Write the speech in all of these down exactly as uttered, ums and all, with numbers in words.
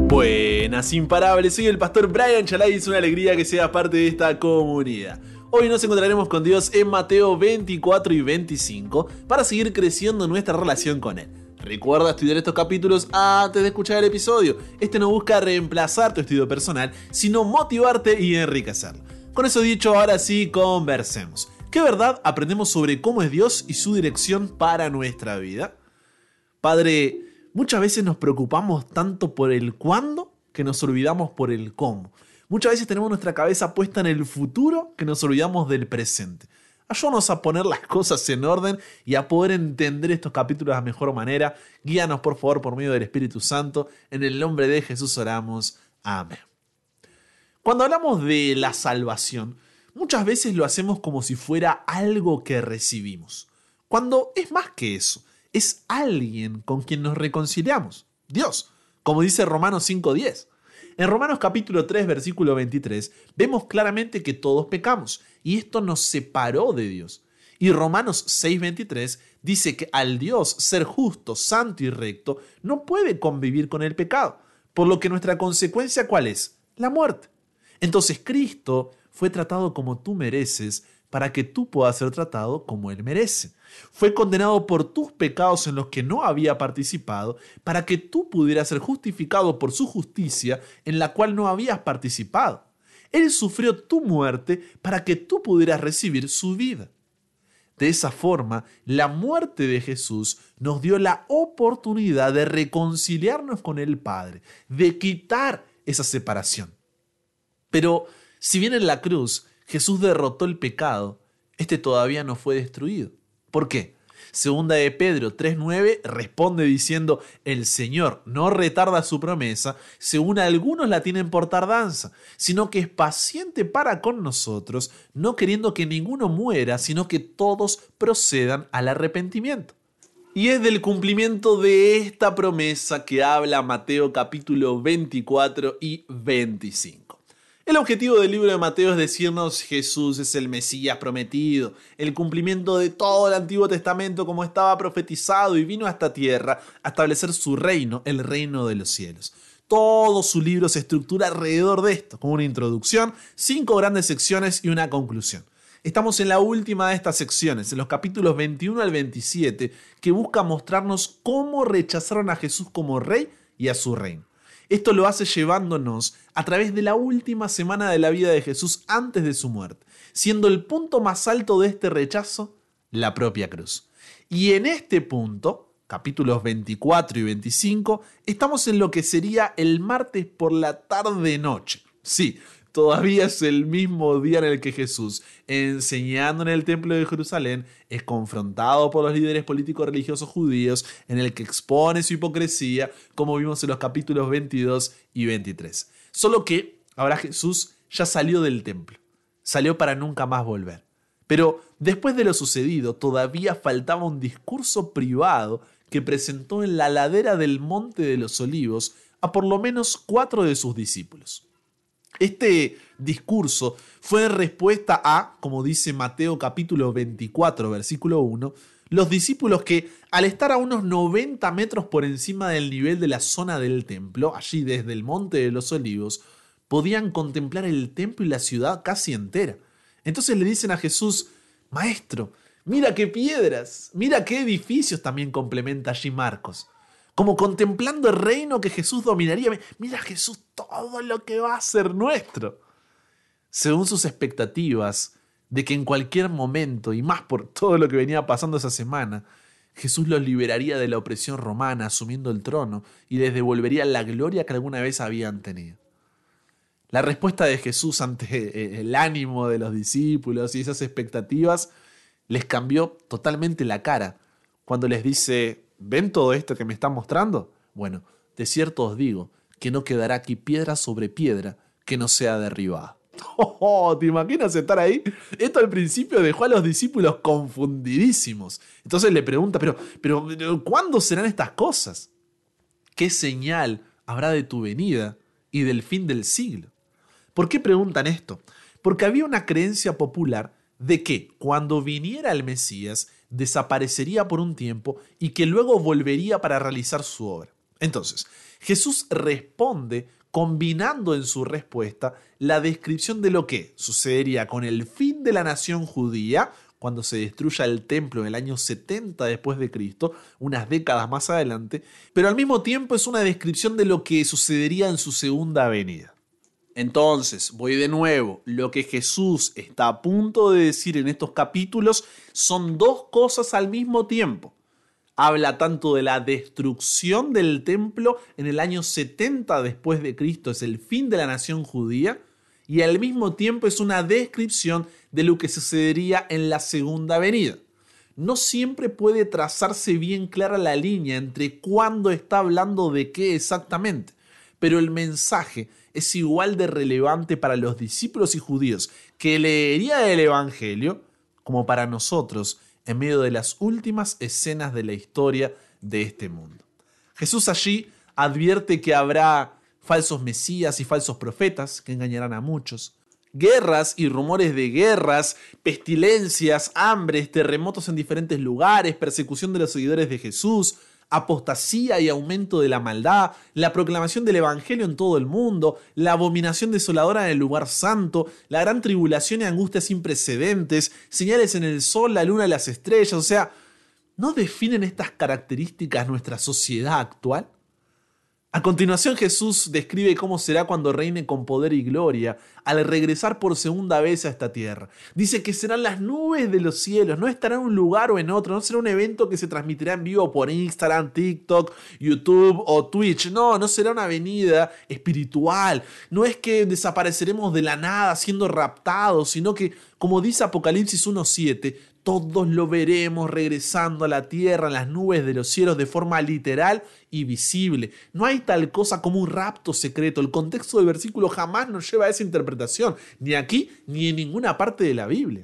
Buenas imparables, soy el pastor Brian Chalai y es una alegría que seas parte de esta comunidad. Hoy nos encontraremos con Dios en Mateo veinticuatro y veinticinco para seguir creciendo nuestra relación con Él. Recuerda estudiar estos capítulos antes de escuchar el episodio. Este no busca reemplazar tu estudio personal, sino motivarte y enriquecerlo. Con eso dicho, ahora sí, conversemos. ¿Qué verdad aprendemos sobre cómo es Dios y su dirección para nuestra vida? Padre, muchas veces nos preocupamos tanto por el cuándo que nos olvidamos por el cómo. Muchas veces tenemos nuestra cabeza puesta en el futuro que nos olvidamos del presente. Ayúdanos a poner las cosas en orden y a poder entender estos capítulos de la mejor manera. Guíanos por favor por medio del Espíritu Santo. En el nombre de Jesús oramos. Amén. Cuando hablamos de la salvación, muchas veces lo hacemos como si fuera algo que recibimos. Cuando es más que eso. Es alguien con quien nos reconciliamos, Dios, como dice Romanos cinco diez. En Romanos capítulo tres, versículo veintitrés, vemos claramente que todos pecamos y esto nos separó de Dios. Y Romanos seis veintitrés dice que al Dios ser justo, santo y recto, no puede convivir con el pecado, por lo que nuestra consecuencia ¿cuál es? La muerte. Entonces Cristo fue tratado como tú mereces para que tú puedas ser tratado como Él merece. Fue condenado por tus pecados en los que no había participado, para que tú pudieras ser justificado por su justicia en la cual no habías participado. Él sufrió tu muerte para que tú pudieras recibir su vida. De esa forma, la muerte de Jesús nos dio la oportunidad de reconciliarnos con el Padre, de quitar esa separación. Pero si bien en la cruz Jesús derrotó el pecado, este todavía no fue destruido. ¿Por qué? Segunda de Pedro tres nueve responde diciendo: el Señor no retarda su promesa, según algunos la tienen por tardanza, sino que es paciente para con nosotros, no queriendo que ninguno muera, sino que todos procedan al arrepentimiento. Y es del cumplimiento de esta promesa que habla Mateo capítulo veinticuatro y veinticinco. El objetivo del libro de Mateo es decirnos Jesús es el Mesías prometido, el cumplimiento de todo el Antiguo Testamento como estaba profetizado y vino a esta tierra a establecer su reino, el reino de los cielos. Todo su libro se estructura alrededor de esto, con una introducción, cinco grandes secciones y una conclusión. Estamos en la última de estas secciones, en los capítulos veintiuno al veintisiete, que busca mostrarnos cómo rechazaron a Jesús como rey y a su reino. Esto lo hace llevándonos a través de la última semana de la vida de Jesús antes de su muerte, siendo el punto más alto de este rechazo la propia cruz. Y en este punto, capítulos veinticuatro y veinticinco, estamos en lo que sería el martes por la tarde-noche. Sí, todavía es el mismo día en el que Jesús, enseñando en el templo de Jerusalén, es confrontado por los líderes políticos religiosos judíos, en el que expone su hipocresía, como vimos en los capítulos veintidós y veintitrés. Solo que ahora Jesús ya salió del templo, salió para nunca más volver. Pero después de lo sucedido, todavía faltaba un discurso privado que presentó en la ladera del Monte de los Olivos a por lo menos cuatro de sus discípulos. Este discurso fue en respuesta a, como dice Mateo capítulo veinticuatro, versículo uno, los discípulos que, al estar a unos noventa metros por encima del nivel de la zona del templo, allí desde el Monte de los Olivos, podían contemplar el templo y la ciudad casi entera. Entonces le dicen a Jesús: Maestro, mira qué piedras, mira qué edificios, también complementa allí Marcos. Como contemplando el reino que Jesús dominaría. Mira Jesús, todo lo que va a ser nuestro. Según sus expectativas de que en cualquier momento, y más por todo lo que venía pasando esa semana, Jesús los liberaría de la opresión romana asumiendo el trono y les devolvería la gloria que alguna vez habían tenido. La respuesta de Jesús ante el ánimo de los discípulos y esas expectativas les cambió totalmente la cara cuando les dice: ¿ven todo esto que me están mostrando? Bueno, de cierto os digo que no quedará aquí piedra sobre piedra que no sea derribada. Oh, ¿te imaginas estar ahí? Esto al principio dejó a los discípulos confundidísimos. Entonces le pregunta, pero, pero, pero ¿cuándo serán estas cosas? ¿Qué señal habrá de tu venida y del fin del siglo? ¿Por qué preguntan esto? Porque había una creencia popular de que cuando viniera el Mesías desaparecería por un tiempo y que luego volvería para realizar su obra. Entonces, Jesús responde combinando en su respuesta la descripción de lo que sucedería con el fin de la nación judía, cuando se destruya el templo en el año setenta después de Cristo, unas décadas más adelante, pero al mismo tiempo es una descripción de lo que sucedería en su segunda venida. Entonces, voy de nuevo, lo que Jesús está a punto de decir en estos capítulos son dos cosas al mismo tiempo. Habla tanto de la destrucción del templo en el año setenta después de Cristo, es el fin de la nación judía, y al mismo tiempo es una descripción de lo que sucedería en la segunda venida. No siempre puede trazarse bien clara la línea entre cuándo está hablando de qué exactamente, pero el mensaje es igual de relevante para los discípulos y judíos que leerían el Evangelio como para nosotros en medio de las últimas escenas de la historia de este mundo. Jesús allí advierte que habrá falsos mesías y falsos profetas que engañarán a muchos, guerras y rumores de guerras, pestilencias, hambres, terremotos en diferentes lugares, persecución de los seguidores de Jesús, apostasía y aumento de la maldad, la proclamación del evangelio en todo el mundo, la abominación desoladora en el lugar santo, la gran tribulación y angustia sin precedentes, señales en el sol, la luna y las estrellas. O sea, ¿no definen estas características nuestra sociedad actual? A continuación, Jesús describe cómo será cuando reine con poder y gloria al regresar por segunda vez a esta tierra. Dice que serán las nubes de los cielos, no estará en un lugar o en otro, no será un evento que se transmitirá en vivo por Instagram, TikTok, YouTube o Twitch. No, no será una venida espiritual. No es que desapareceremos de la nada siendo raptados, sino que, como dice Apocalipsis uno siete, todos lo veremos regresando a la tierra en las nubes de los cielos de forma literal y visible. No hay tal cosa como un rapto secreto. El contexto del versículo jamás nos lleva a esa interpretación, ni aquí ni en ninguna parte de la Biblia.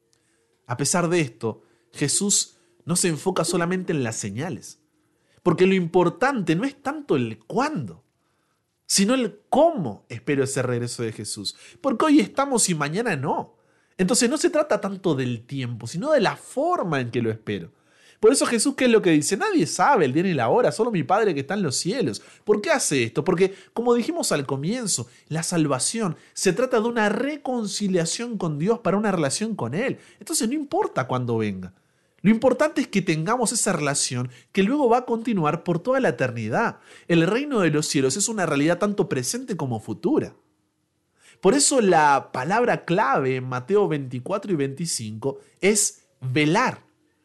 A pesar de esto, Jesús no se enfoca solamente en las señales, porque lo importante no es tanto el cuándo, sino el cómo espero ese regreso de Jesús. Porque hoy estamos y mañana no. Entonces no se trata tanto del tiempo, sino de la forma en que lo espero. Por eso Jesús, ¿qué es lo que dice? Nadie sabe el día ni la hora, solo mi Padre que está en los cielos. ¿Por qué hace esto? Porque, como dijimos al comienzo, la salvación se trata de una reconciliación con Dios para una relación con Él. Entonces no importa cuándo venga. Lo importante es que tengamos esa relación que luego va a continuar por toda la eternidad. El reino de los cielos es una realidad tanto presente como futura. Por eso la palabra clave en Mateo veinticuatro y veinticinco es velar.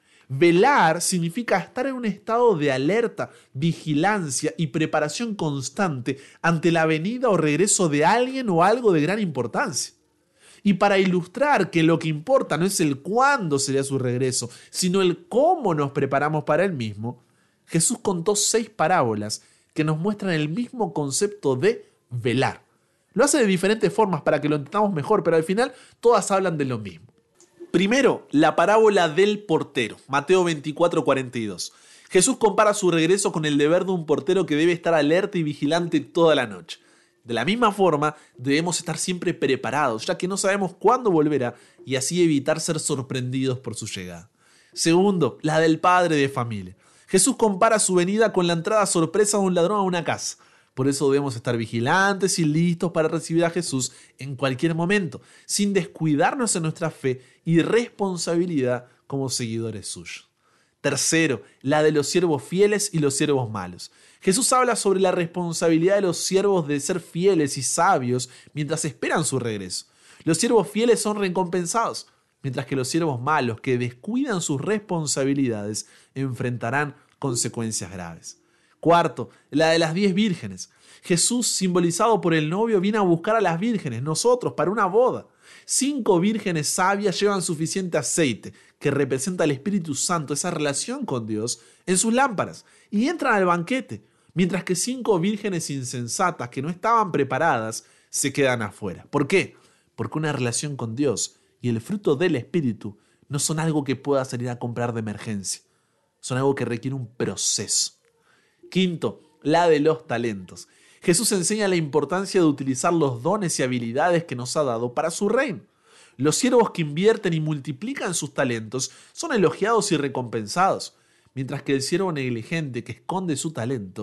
Velar significa estar en un estado de alerta, vigilancia y preparación constante ante la venida o regreso de alguien o algo de gran importancia. Y para ilustrar que lo que importa no es el cuándo sería su regreso, sino el cómo nos preparamos para él mismo, Jesús contó seis parábolas que nos muestran el mismo concepto de velar. Lo hace de diferentes formas para que lo entendamos mejor, pero al final todas hablan de lo mismo. Primero, la parábola del portero, Mateo veinticuatro cuarenta y dos. Jesús compara su regreso con el deber de un portero que debe estar alerta y vigilante toda la noche. De la misma forma, debemos estar siempre preparados, ya que no sabemos cuándo volverá y así evitar ser sorprendidos por su llegada. Segundo, la del padre de familia. Jesús compara su venida con la entrada sorpresa de un ladrón a una casa. Por eso debemos estar vigilantes y listos para recibir a Jesús en cualquier momento, sin descuidarnos en nuestra fe y responsabilidad como seguidores suyos. Tercero, la de los siervos fieles y los siervos malos. Jesús habla sobre la responsabilidad de los siervos de ser fieles y sabios mientras esperan su regreso. Los siervos fieles son recompensados, mientras que los siervos malos que descuidan sus responsabilidades enfrentarán consecuencias graves. Cuarto, la de las diez vírgenes. Jesús, simbolizado por el novio, viene a buscar a las vírgenes, nosotros, para una boda. Cinco vírgenes sabias llevan suficiente aceite, que representa el Espíritu Santo, esa relación con Dios, en sus lámparas, y entran al banquete, mientras que cinco vírgenes insensatas que no estaban preparadas se quedan afuera. ¿Por qué? Porque una relación con Dios y el fruto del Espíritu no son algo que puedas salir a comprar de emergencia, son algo que requiere un proceso. Quinto, la de los talentos. Jesús enseña la importancia de utilizar los dones y habilidades que nos ha dado para su reino. Los siervos que invierten y multiplican sus talentos son elogiados y recompensados, mientras que el siervo negligente que esconde su talento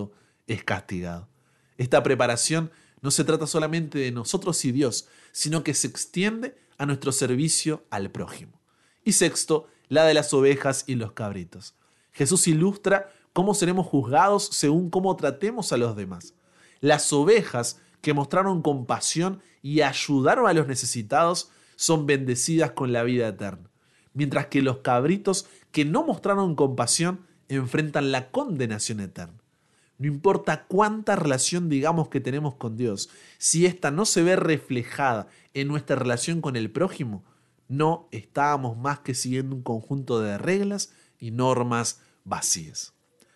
es castigado. Esta preparación no se trata solamente de nosotros y Dios, sino que se extiende a nuestro servicio al prójimo. Y sexto, la de las ovejas y los cabritos. Jesús ilustra cómo seremos juzgados según cómo tratemos a los demás. Las ovejas que mostraron compasión y ayudaron a los necesitados son bendecidas con la vida eterna, mientras que los cabritos que no mostraron compasión enfrentan la condenación eterna. No importa cuánta relación digamos que tenemos con Dios, si ésta no se ve reflejada en nuestra relación con el prójimo, no estábamos más que siguiendo un conjunto de reglas y normas vacías.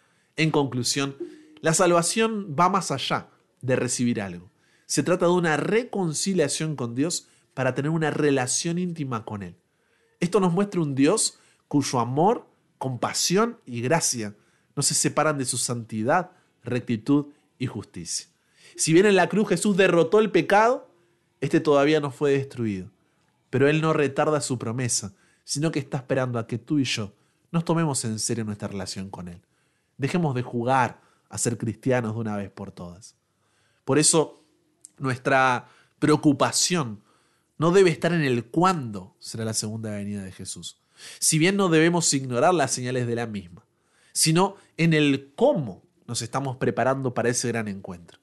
En conclusión, la salvación va más allá de recibir algo. Se trata de una reconciliación con Dios para tener una relación íntima con Él. Esto nos muestra un Dios cuyo amor, compasión y gracia no se separan de su santidad, rectitud y justicia. Si bien en la cruz Jesús derrotó el pecado, este todavía no fue destruido. Pero Él no retarda su promesa, sino que está esperando a que tú y yo nos tomemos en serio nuestra relación con Él. Dejemos de jugar a ser cristianos de una vez por todas. Por eso, nuestra preocupación no debe estar en el cuándo será la segunda venida de Jesús. Si bien no debemos ignorar las señales de la misma, sino en el cómo nos estamos preparando para ese gran encuentro.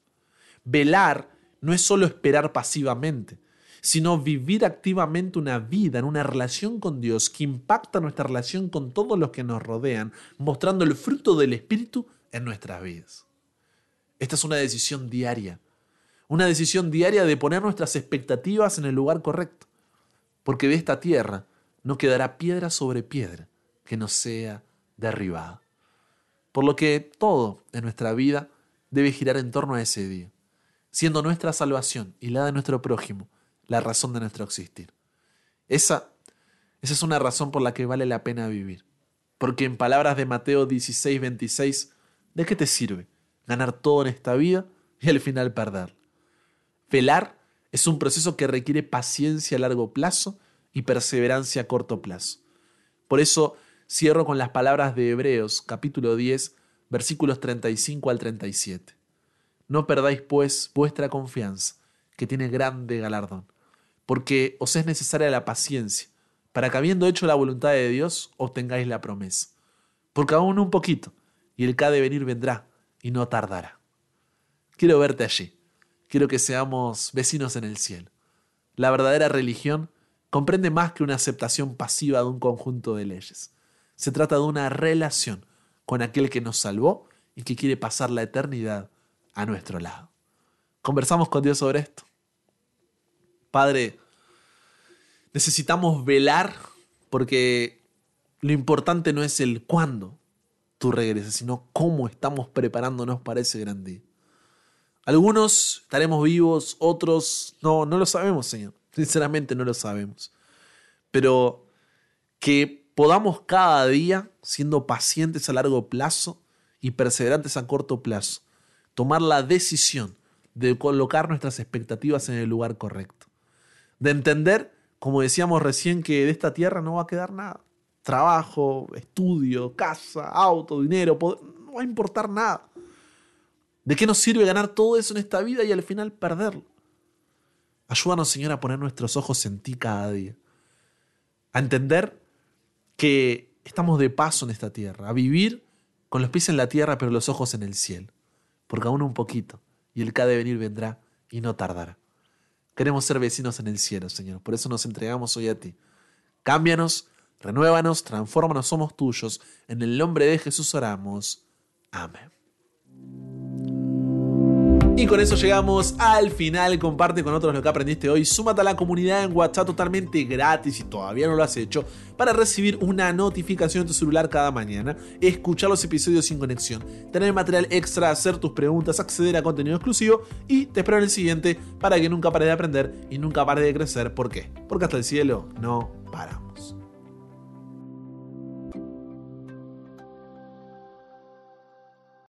Velar no es solo esperar pasivamente, sino vivir activamente una vida en una relación con Dios que impacta nuestra relación con todos los que nos rodean, mostrando el fruto del Espíritu en nuestras vidas. Esta es una decisión diaria, una decisión diaria de poner nuestras expectativas en el lugar correcto, porque de esta tierra no quedará piedra sobre piedra que no sea derribada. Por lo que todo en nuestra vida debe girar en torno a ese día, siendo nuestra salvación y la de nuestro prójimo la razón de nuestro existir. Esa, esa es una razón por la que vale la pena vivir. Porque en palabras de Mateo dieciséis veintiséis, ¿de qué te sirve ganar todo en esta vida y al final perder? Velar es un proceso que requiere paciencia a largo plazo y perseverancia a corto plazo. Por eso cierro con las palabras de Hebreos, capítulo diez, versículos treinta y cinco al treinta y siete. No perdáis, pues, vuestra confianza, que tiene grande galardón, porque os es necesaria la paciencia, para que habiendo hecho la voluntad de Dios, obtengáis la promesa. Porque aún un poquito, y el que ha de venir vendrá, y no tardará. Quiero verte allí. Quiero que seamos vecinos en el cielo. La verdadera religión comprende más que una aceptación pasiva de un conjunto de leyes. Se trata de una relación con aquel que nos salvó y que quiere pasar la eternidad a nuestro lado. ¿Conversamos con Dios sobre esto? Padre, necesitamos velar porque lo importante no es el cuándo tú regreses, sino cómo estamos preparándonos para ese gran día. Algunos estaremos vivos, otros no, no lo sabemos, Señor. Sinceramente no lo sabemos. Pero que podamos cada día, siendo pacientes a largo plazo y perseverantes a corto plazo, tomar la decisión de colocar nuestras expectativas en el lugar correcto. De entender, como decíamos recién, que de esta tierra no va a quedar nada. Trabajo, estudio, casa, auto, dinero, poder, no va a importar nada. ¿De qué nos sirve ganar todo eso en esta vida y al final perderlo? Ayúdanos, Señor, a poner nuestros ojos en ti cada día. A entender que estamos de paso en esta tierra. A vivir con los pies en la tierra pero los ojos en el cielo. Porque aún un poquito y el que ha de venir vendrá y no tardará. Queremos ser vecinos en el cielo, Señor. Por eso nos entregamos hoy a ti. Cámbianos, renuévanos, transfórmanos, somos tuyos. En el nombre de Jesús oramos. Amén. Y con eso llegamos al final. Comparte con otros lo que aprendiste hoy. Súmate a la comunidad en WhatsApp totalmente gratis si todavía no lo has hecho, para recibir una notificación en tu celular cada mañana, escuchar los episodios sin conexión, tener material extra, hacer tus preguntas, acceder a contenido exclusivo y te espero en el siguiente para que nunca pares de aprender y nunca pares de crecer. ¿Por qué? Porque hasta el cielo no paramos.